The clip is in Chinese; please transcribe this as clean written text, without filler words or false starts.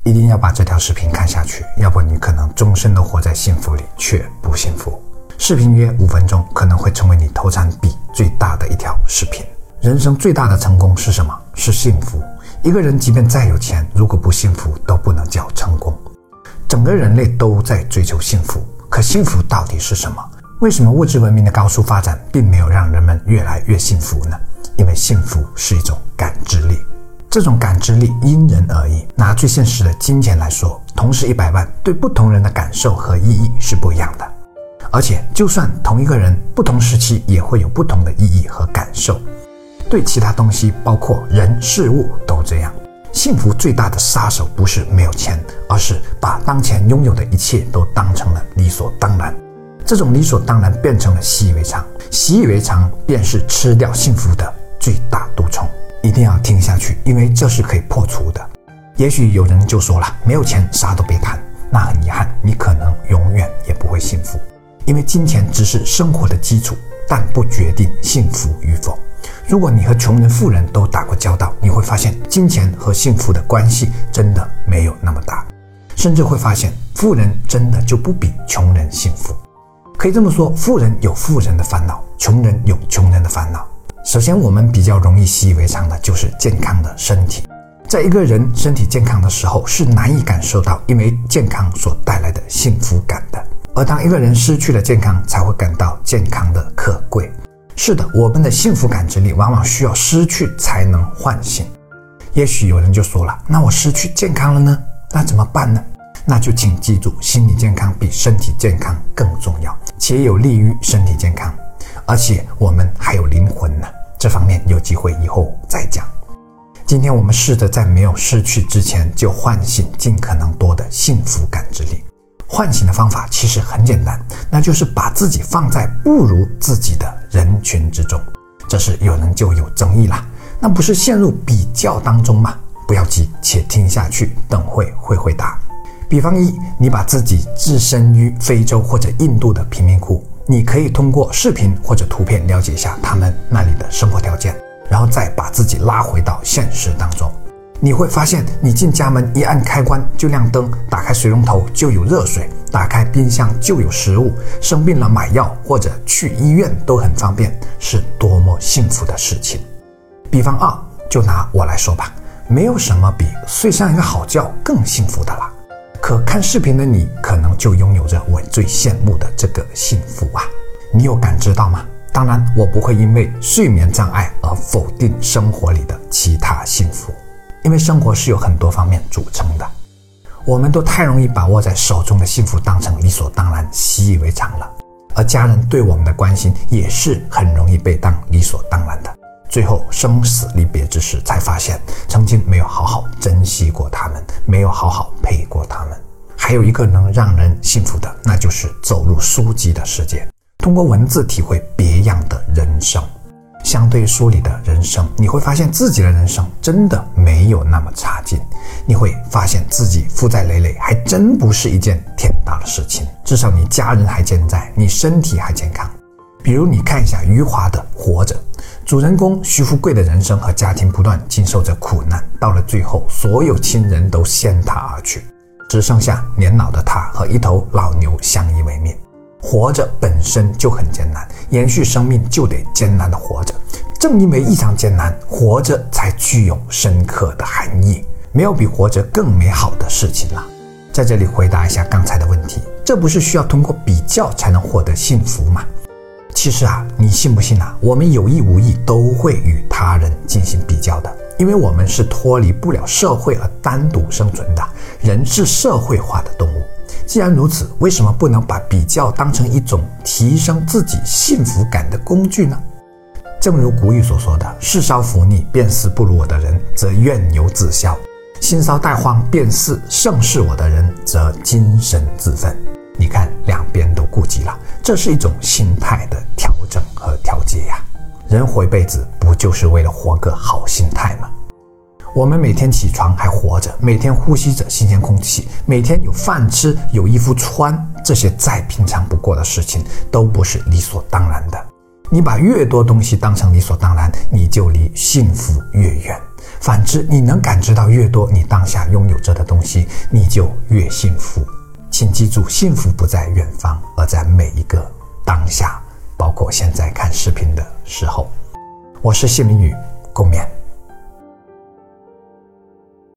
一定要把这条视频看下去，要不你可能终身都活在幸福里却不幸福。视频约5分钟，可能会成为你投产比最大的一条视频。人生最大的成功是什么？是幸福。一个人即便再有钱，如果不幸福都不能叫成功。整个人类都在追求幸福，可幸福到底是什么？为什么物质文明的高速发展并没有让人们越来越幸福呢？因为幸福是一种感知力，这种感知力因人而异。拿最现实的金钱来说，同时100万，对不同人的感受和意义是不一样的。而且就算同一个人，不同时期也会有不同的意义和感受。对其他东西，包括人事物都这样。幸福最大的杀手不是没有钱，而是把当前拥有的一切都当成了理所当然。这种理所当然变成了习以为常，习以为常便是吃掉幸福的最大毒虫。一定要听下去，因为这是可以破除的。也许有人就说了，没有钱啥都别谈，那很遗憾，你可能永远也不会幸福。因为金钱只是生活的基础，但不决定幸福与否。如果你和穷人富人都打过交道，你会发现金钱和幸福的关系真的没有那么大，甚至会发现富人真的就不比穷人幸福。可以这么说，富人有富人的烦恼，穷人有穷人的烦恼。首先，我们比较容易习以为常的就是健康的身体。在一个人身体健康的时候，是难以感受到因为健康所带来的幸福感的。而当一个人失去了健康，才会感到健康的可贵。是的，我们的幸福感知力往往需要失去才能唤醒。也许有人就说了，那我失去健康了呢？那怎么办呢？那就请记住，心理健康比身体健康更重要，且有利于身体健康。而且我们还有灵魂呢，这方面有机会以后再讲。今天我们试着在没有失去之前就唤醒尽可能多的幸福感知力。唤醒的方法其实很简单，那就是把自己放在不如自己的人群之中。这时有人就有争议啦，那不是陷入比较当中吗？不要急，且听下去，等会回答。比方一，你把自己置身于非洲或者印度的贫民窟，你可以通过视频或者图片了解一下他们那里的生活条件，然后再把自己拉回到现实当中。你会发现，你进家门一按开关就亮灯，打开水龙头就有热水，打开冰箱就有食物，生病了买药或者去医院都很方便，是多么幸福的事情。比方二，就拿我来说吧，没有什么比睡上一个好觉更幸福的啦。可看视频的你，可能就拥有着我最羡慕的这个幸福啊，你有感知到吗？当然，我不会因为睡眠障碍而否定生活里的其他幸福，因为生活是由很多方面组成的。我们都太容易把握在手中的幸福当成理所当然，习以为常了，而家人对我们的关心也是很容易被当理所当然的。最后生死离别之时，才发现曾经没有好好珍惜过他们，没有好好陪过他们。还有一个能让人幸福的，那就是走入书籍的世界，通过文字体会别样的人生。相对于书里的人生，你会发现自己的人生真的没有那么差劲。你会发现自己负债累累还真不是一件天大的事情，至少你家人还健在，你身体还健康。比如你看一下余华的《活着》，主人公徐福贵的人生和家庭不断经受着苦难，到了最后所有亲人都先他而去，只剩下年老的他和一头老牛相依为命。活着本身就很艰难，延续生命就得艰难的活着。正因为异常艰难，活着才具有深刻的含义。没有比活着更美好的事情了。在这里回答一下刚才的问题，这不是需要通过比较才能获得幸福吗？其实啊，你信不信啊，我们有意无意都会与他人进行比较的，因为我们是脱离不了社会而单独生存的，人是社会化的动物。既然如此，为什么不能把比较当成一种提升自己幸福感的工具呢？正如古语所说的，世稍服逆，便是不如我的人，则怨尤自消；心稍怠荒，便是胜似我的人，则精神自奋。你看，两边都顾及了，这是一种心态的调整和调节呀。人活一辈子，不就是为了活个好心态吗？我们每天起床还活着，每天呼吸着新鲜空气，每天有饭吃，有衣服穿，这些再平常不过的事情，都不是理所当然的。你把越多东西当成理所当然，你就离幸福越远。 反之，你能感知到越多你当下拥有着的东西，你就越幸福。请记住，幸福不在远方，而在每一个当下，包括现在看视频的时候。我是谢明宇，共勉。